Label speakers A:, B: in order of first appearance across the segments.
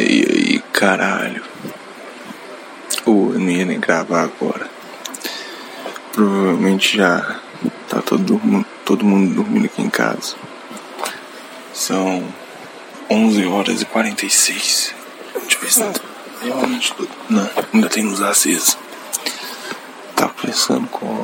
A: E aí, caralho. Eu não ia nem gravar agora. Provavelmente já tá todo mundo dormindo aqui em casa. São 11h46. Deixa eu ver se realmente não, ainda tem luz acesa. Tava pensando com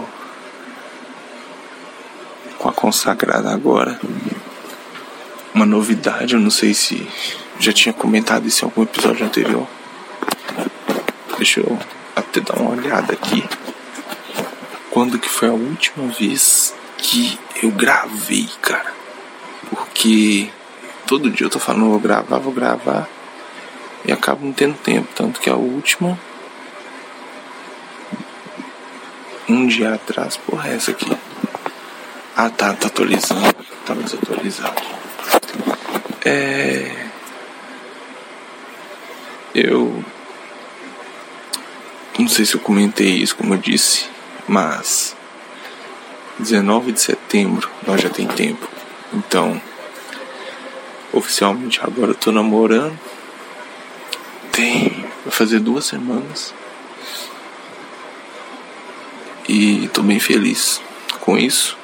A: a consagrada agora. Uma novidade, eu não sei se já tinha comentado isso em algum episódio anterior. Deixa eu até dar uma olhada aqui. Quando que foi a última vez que eu gravei, cara? Porque todo dia eu tô falando, vou gravar. E acabo não tendo tempo. Tanto que a última, um dia atrás, porra, é essa aqui. Ah, tá atualizando. Tava desatualizado. Eu não sei se eu comentei isso, como eu disse, mas 19 de setembro nós já tem tempo. Então, oficialmente agora eu tô namorando. Vai fazer 2 semanas. E tô bem feliz com isso.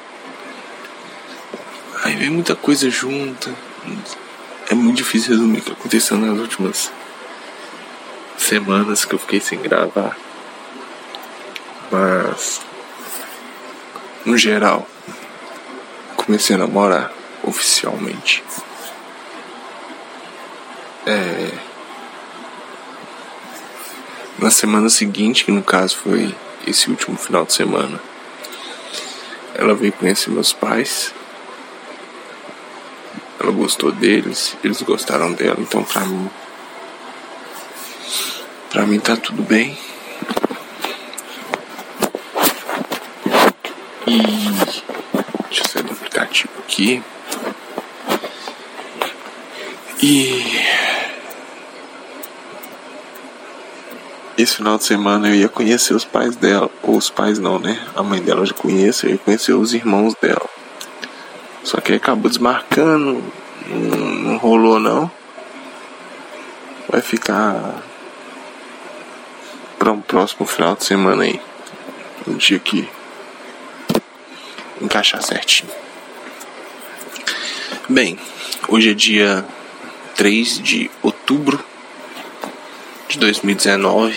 A: Aí vem muita coisa junta. É muito difícil resumir o que aconteceu nas últimas semanas que eu fiquei sem gravar. Mas, no geral, comecei a namorar oficialmente. Na semana seguinte, que no caso foi esse último final de semana, ela veio conhecer meus pais. Ela gostou deles, eles gostaram dela. Então pra mim tá tudo bem. E deixa eu sair do aplicativo aqui. E esse final de semana eu ia conhecer os pais dela. Ou os pais não, né? A mãe dela eu já conheço. Eu ia conhecer os irmãos dela. Só que acabou desmarcando. Não rolou não. Vai ficar para um próximo final de semana aí. Um dia que encaixar certinho. Bem, hoje é dia 3 de outubro de 2019,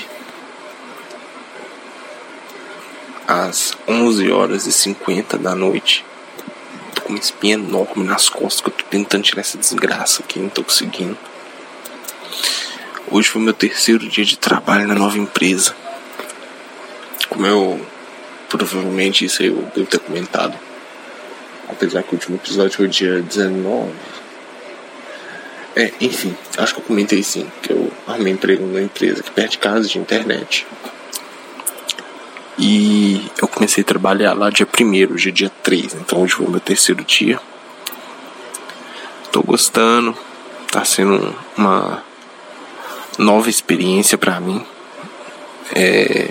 A: às 11h50 da noite. Tô com uma espinha enorme nas costas que eu tô tentando tirar essa desgraça aqui, não tô conseguindo. Hoje foi meu 3º dia de trabalho na nova empresa. Como eu provavelmente isso aí eu devo ter comentado, apesar que o último episódio foi dia 19. Enfim, acho que eu comentei sim, que eu arrumei emprego numa empresa aqui perto de casa, de internet. E eu comecei a trabalhar lá dia 1º, hoje é dia 3, então hoje foi o meu 3º dia. Tô gostando, tá sendo uma nova experiência pra mim. É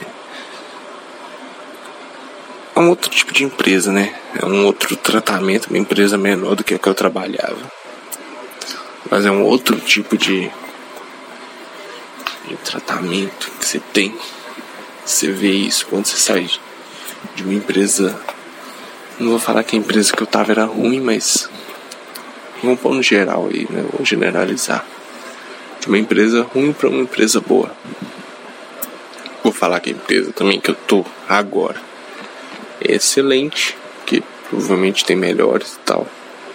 A: um outro tipo de empresa, né? É um outro tratamento, uma empresa menor do que a que eu trabalhava. Mas é um outro tipo de tratamento que você tem. Você vê isso quando você sai de uma empresa. Não vou falar que a empresa que eu tava era ruim, mas vamos pôr no geral aí, né? Vou generalizar. De uma empresa ruim pra uma empresa boa. Vou falar que a empresa também que eu tô agora é excelente, que provavelmente tem melhores e tal.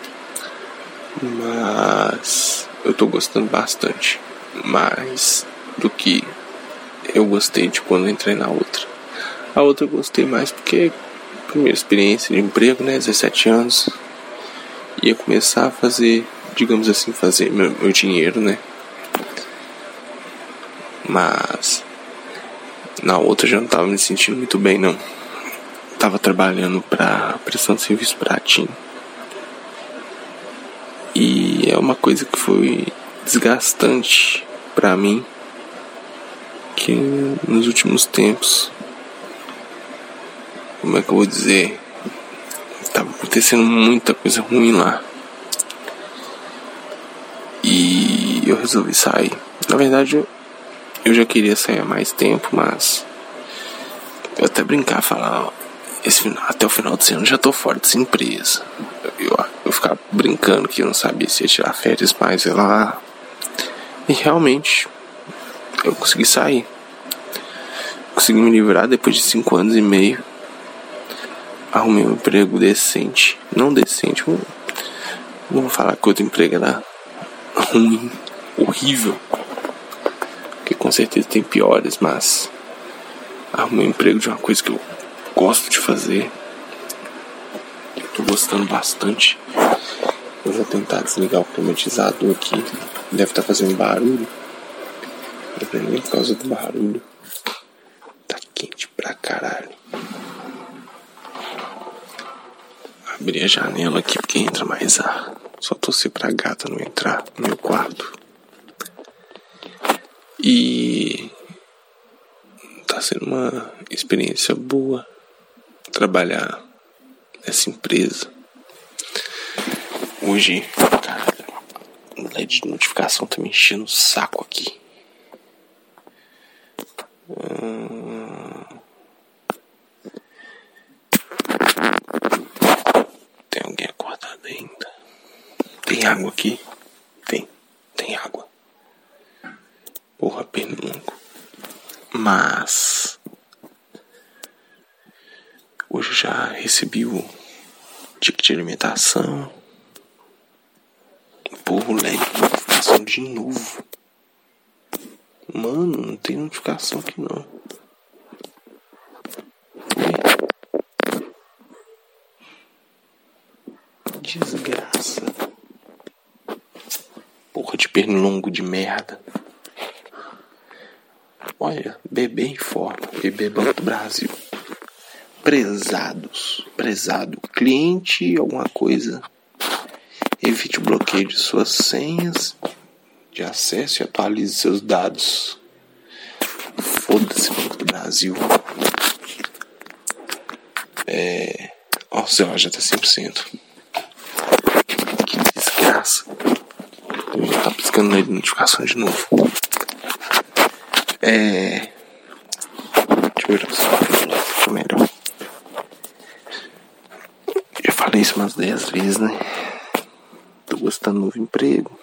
A: Mas eu tô gostando bastante. Mais do que eu gostei de quando entrei na outra. A outra eu gostei mais porque primeira experiência de emprego, né? 17 anos. Ia começar a fazer, digamos assim, fazer meu dinheiro, né? Mas na outra eu já não tava me sentindo muito bem, não. Tava trabalhando prestando serviço pra TIM. E é uma coisa que foi desgastante pra mim, que nos últimos tempos, como é que eu vou dizer, tava acontecendo muita coisa ruim lá. E eu resolvi sair. Na verdade, eu já queria sair há mais tempo, mas eu até brincar, falar, ó, até o final desse ano já tô fora dessa empresa. Eu ficava brincando que eu não sabia se ia tirar férias, mas sei lá. E realmente, eu consegui sair. Consegui me livrar depois de 5 anos e meio. Arrumei um emprego decente. Não decente, não vou falar que outro emprego era ruim, horrível. Porque com certeza tem piores, mas arrumei um emprego de uma coisa que eu gosto de fazer. Eu tô gostando bastante. Eu vou tentar desligar o climatizador aqui. Deve estar fazendo barulho. Não é nem por causa do barulho. Tá quente pra caralho. Abri a janela aqui porque entra mais ar. Só torcer pra gata não entrar no meu quarto. E tá sendo uma experiência boa trabalhar nessa empresa. Hoje, cara, o LED de notificação tá me enchendo o saco aqui. Tem alguém acordado ainda? Tem água aqui? Tem água. Porra, pernilongo. Mas hoje eu já recebi o ticket de alimentação. Porra, o LED de notificação de novo. Mano, não tem notificação aqui não. Desgraça. Porra de pernilongo de merda. Olha, bebê em forma. Bebê Banco do Brasil. Prezado. Cliente, alguma coisa. Evite o bloqueio de suas senhas de acesso e atualize seus dados. Foda-se, Banco do Brasil. Ó, o celular já tá 100%. Que desgraça. Já tá piscando na notificação de novo. Deixa eu ver se fica melhor. Já falei isso umas 10 vezes, né? Tô gostando do novo emprego.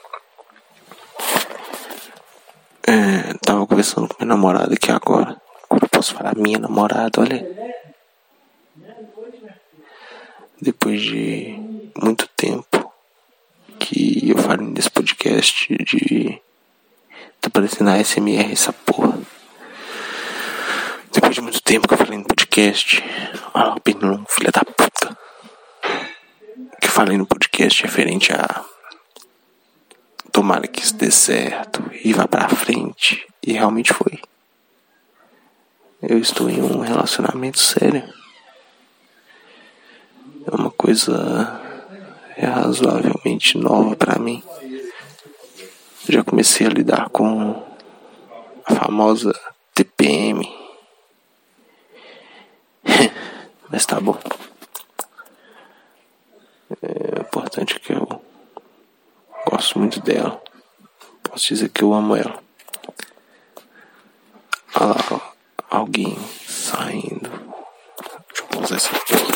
A: Tava conversando com minha namorada aqui agora. Agora eu posso falar minha namorada, olha. Depois de muito tempo que eu falo nesse podcast de... Tá parecendo a ASMR essa porra. Depois de muito tempo que eu falei no podcast. Olha o pernilongo, filha da puta. Que eu falei no podcast referente a... Tomara que isso dê certo e vá pra frente. E realmente foi. Eu estou em um relacionamento sério. É uma coisa razoavelmente nova pra mim. Já comecei a lidar com a famosa TPM. Mas tá bom. O importante é que eu gosto muito dela. Posso dizer que eu amo ela. Olha lá, ó, alguém saindo. Deixa eu pausar essa porra.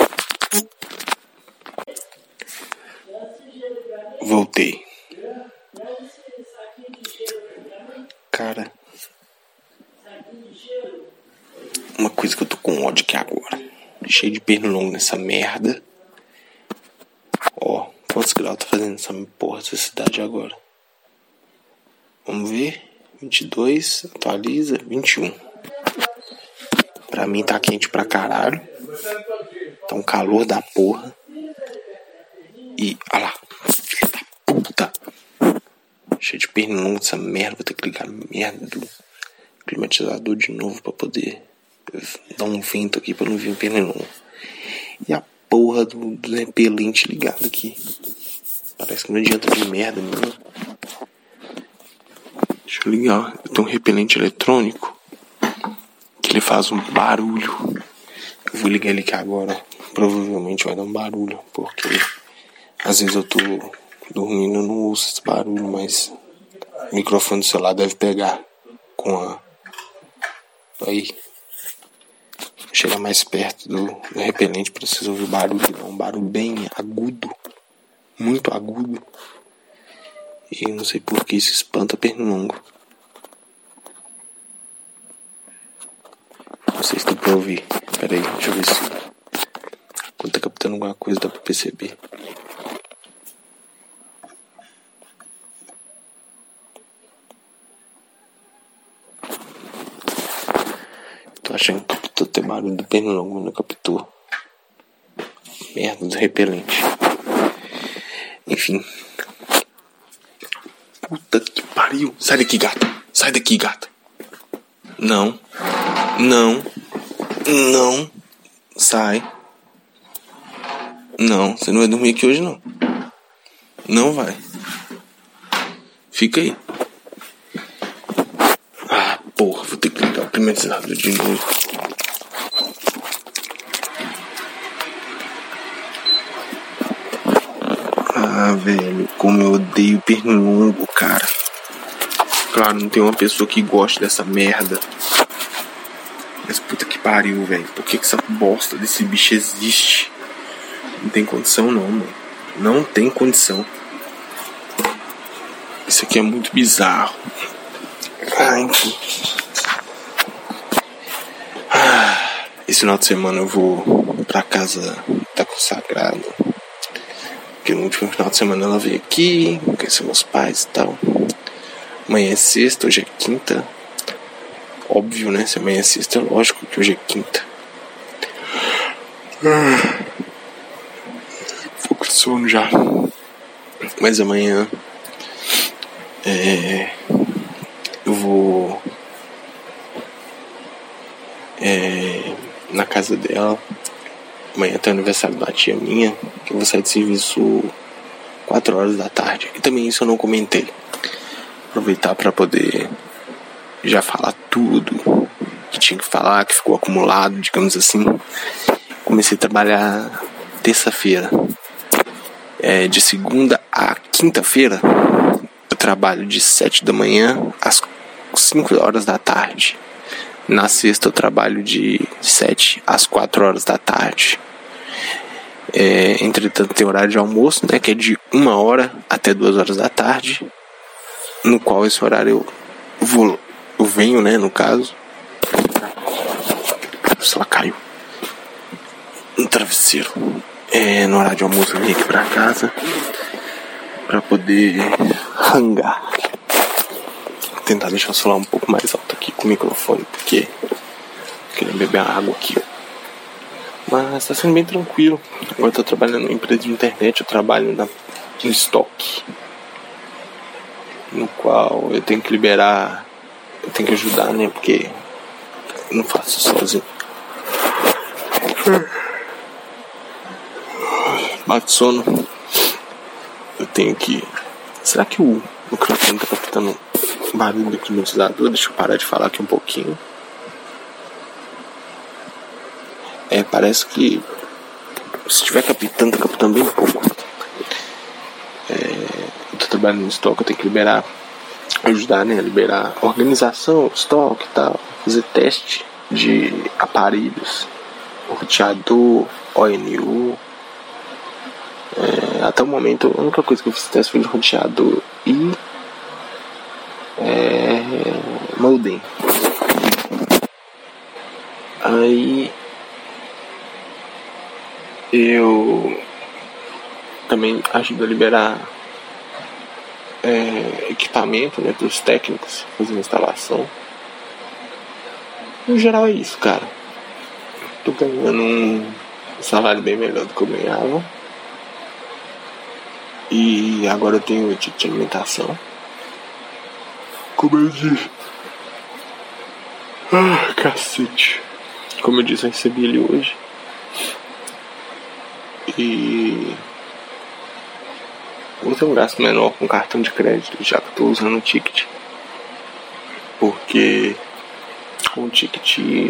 A: Voltei. Cara, uma coisa que eu tô com ódio aqui agora. Cheio de pernilongo nessa merda. Ó, quantos graus tá fazendo essa porra dessa cidade agora? Vamos ver. 22, atualiza, 21. Pra mim tá quente pra caralho. Tá um calor da porra. E, olha lá, filha da puta. Cheio de pernilongo dessa merda. Vou ter que ligar a merda do climatizador de novo pra poder dar um vento aqui pra não vir um pernilongo. E a porra do repelente ligado aqui. Parece que não adianta de merda nenhuma. Deixa eu ligar. Tem um repelente eletrônico que ele faz um barulho. Eu vou ligar ele aqui agora. Provavelmente vai dar um barulho, porque às vezes eu tô dormindo e não ouço esse barulho, mas O microfone do celular deve pegar com a... Aí. Chegar mais perto do repelente pra vocês ouvir o barulho. É um barulho bem agudo. Muito agudo. E não sei por que isso espanta pernilongo. Não sei se dá pra ouvir. Pera aí, deixa eu ver se... Quando tá captando alguma coisa dá pra perceber. Tô achando que captou até barulho do pernilongo, mas não captou. Merda do repelente. Enfim. Puta que pariu. Sai daqui, gata. Sai daqui, gata. Não. Não. Não. Sai. Não, você não vai dormir aqui hoje, não. Não vai. Fica aí. Ah, porra, vou ter que ligar o climatizador de novo. Ah, velho, como eu odeio pernilongo, cara. Claro, não tem uma pessoa que goste dessa merda. Mas puta que pariu, velho. Por que essa bosta desse bicho existe? Não tem condição não, mano. Não tem condição. Isso aqui é muito bizarro. Enfim. Esse final de semana eu vou pra casa da consagrada. Porque no último final de semana ela veio aqui, conhecer meus pais e tal. Amanhã é sexta, hoje é quinta. Óbvio, né? Se amanhã é sexta, é lógico que hoje é quinta. Tô com sono já. Mas amanhã eu vou na casa dela. Amanhã tem o aniversário da tia minha, que eu vou sair de serviço 4 horas da tarde. E também isso eu não comentei. Aproveitar para poder já falar tudo que tinha que falar, que ficou acumulado, digamos assim. Comecei a trabalhar terça-feira. De segunda a quinta-feira eu trabalho de 7 da manhã às 5 horas da tarde. Na sexta eu trabalho de 7 às 4 horas da tarde. Entretanto tem horário de almoço, né, que é de 1 hora até 2 horas da tarde, no qual esse horário eu venho, né, no caso. Só caiu no travesseiro. No horário de almoço eu vim aqui pra casa pra poder rangar. Vou tentar deixar o celular um pouco mais alto aqui com o microfone, porque eu queria beber água aqui. Mas tá sendo bem tranquilo. Agora eu tô trabalhando numa empresa de internet. Eu trabalho no estoque, no qual eu tenho que liberar, eu tenho que ajudar, né, porque eu não faço sozinho. Bate sono. Eu tenho que... Será que o microfone tá captando barulho do climatizador? Deixa eu parar de falar aqui um pouquinho. Parece que se estiver captando, tá captando bem pouco. Eu tô trabalhando no estoque, eu tenho que liberar, ajudar, né, a liberar a organização, estoque e tal, fazer teste de aparelhos, roteador, ONU. Até o momento a única coisa que eu fiz teste foi de roteador e modem. Aí eu também ajudo a liberar equipamento, né, para os técnicos fazer a instalação. No geral é isso, cara. Tô ganhando um salário bem melhor do que eu ganhava. E agora eu tenho o ticket de alimentação. Como eu disse. Cacete. Como eu disse, eu recebi ele hoje. E vou ter um gasto menor com cartão de crédito, já que eu tô usando o ticket. Porque com o ticket,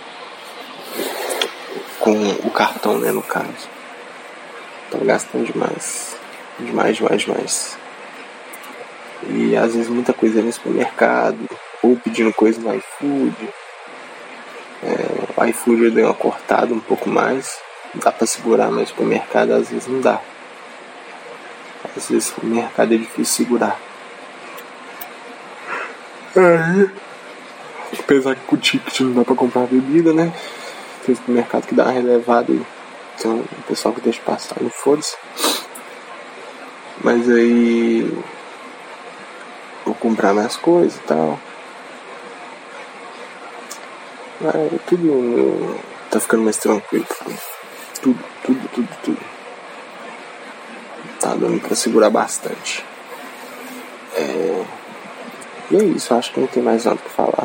A: com o cartão, né, no caso, tô gastando demais. Demais. E às vezes muita coisa no supermercado, ou pedindo coisa no iFood. O iFood eu dei uma cortada um pouco mais, dá pra segurar, mas o supermercado às vezes não dá. Às vezes o mercado é difícil segurar. Apesar que com o ticket não dá pra comprar bebida, né? Tem supermercado que dá uma relevada e tem um pessoal que deixa passar, não foda-se. Mas aí vou comprar minhas coisas e tal. Tudo tá ficando mais tranquilo. Tudo. Tá dando pra segurar bastante. E é isso, acho que não tem mais nada pra falar.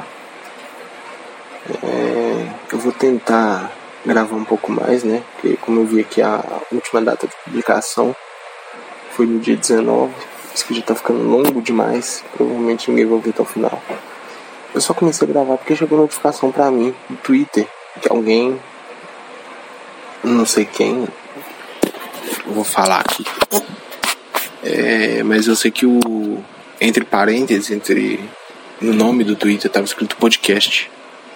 A: Eu vou tentar gravar um pouco mais, né? Porque como eu vi aqui, a última data de publicação foi no dia 19. Isso que já tá ficando longo demais. Provavelmente ninguém vai ouvir até o final. Eu só comecei a gravar porque chegou notificação pra mim no Twitter que alguém, não sei quem, eu vou falar aqui, mas eu sei que entre parênteses, no nome do Twitter tava escrito podcast.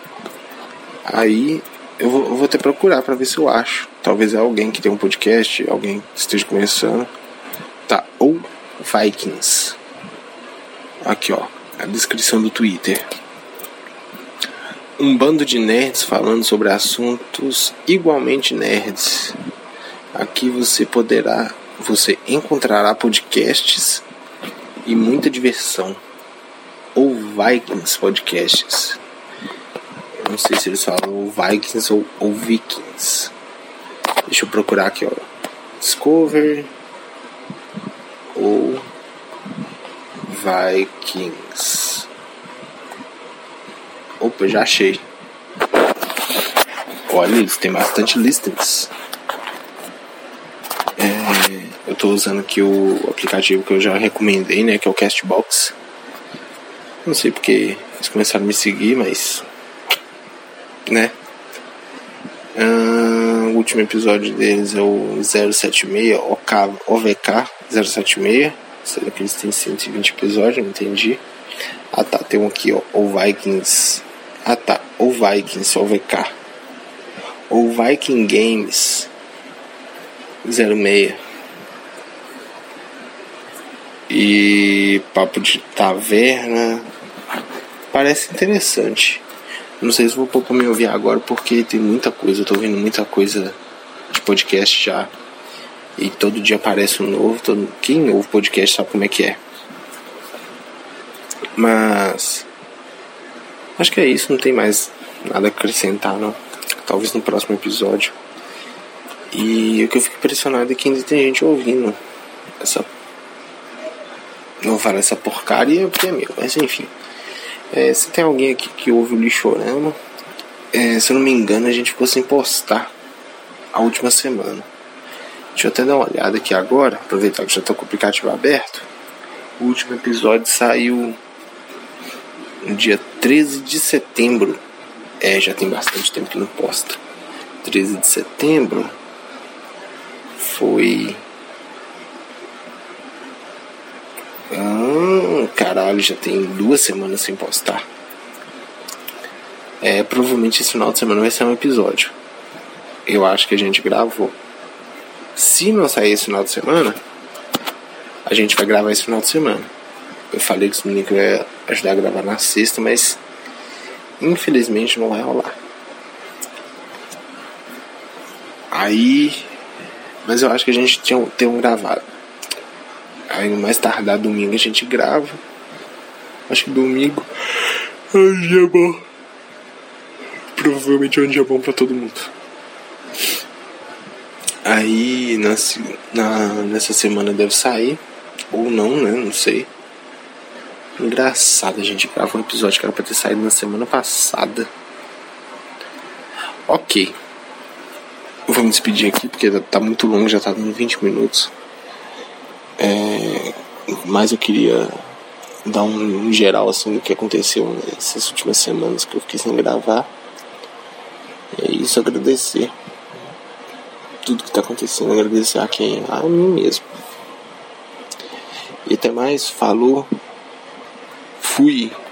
A: Aí eu vou até procurar pra ver se eu acho. Talvez é alguém que tem um podcast, alguém que esteja começando. Tá, ou Vikings. Aqui ó, a descrição do Twitter. Um bando de nerds falando sobre assuntos igualmente nerds. Aqui você encontrará podcasts e muita diversão. Ou Vikings Podcasts. Eu não sei se eles falam ou Vikings ou Vikings. Deixa eu procurar aqui, ó. Discover ou Vikings. Opa, já achei. Olha, eles têm bastante listings. Eu tô usando aqui o aplicativo que eu já recomendei, né? Que é o Castbox. Não sei porque eles começaram a me seguir, mas... né? O último episódio deles é o 076, OVK 076. Será que eles têm 120 episódios? Não entendi. Ah tá, tem um aqui, ó, o Vikings. Ah tá, o Vikings, OVK. O Viking Games 06. E Papo de Taverna. Parece interessante. Não sei se vou pôr pra me ouvir agora, porque tem muita coisa. Eu tô ouvindo muita coisa de podcast já. E todo dia aparece um novo. Quem ouve podcast sabe como é que é. Mas acho que é isso, não tem mais nada a acrescentar, não. Talvez no próximo episódio. E o que eu fico impressionado é que ainda tem gente ouvindo não vou falar essa porcaria porque é meu, mas enfim. Se tem alguém aqui que ouve o Lixorama, se eu não me engano a gente ficou sem postar a última semana. Deixa eu até dar uma olhada aqui agora, aproveitar que já tô com o aplicativo aberto. O último episódio saiu no dia 13 de setembro. Já tem bastante tempo que não posta. 13 de setembro foi... caralho, já tem 2 semanas sem postar. Provavelmente esse final de semana vai ser um episódio. Eu acho que a gente gravou. Se não sair esse final de semana, a gente vai gravar esse final de semana. Eu falei que esse menino que vai ajudar a gravar na sexta, mas infelizmente não vai rolar. Mas eu acho que a gente tem um gravado. Aí no mais tardar domingo a gente grava. Acho que domingo é um dia bom. Provavelmente é um dia bom pra todo mundo. Aí nessa semana deve sair. Ou não, né? Não sei. Engraçado, a gente gravou um episódio que era pra ter saído na semana passada. Ok. Eu vou me despedir aqui porque tá muito longo, já tá dando 20 minutos. Mas eu queria dar um geral assim do que aconteceu nessas últimas semanas que eu fiquei sem gravar. E é isso, agradecer tudo que tá acontecendo, agradecer a mim mesmo. E até mais, falou. fui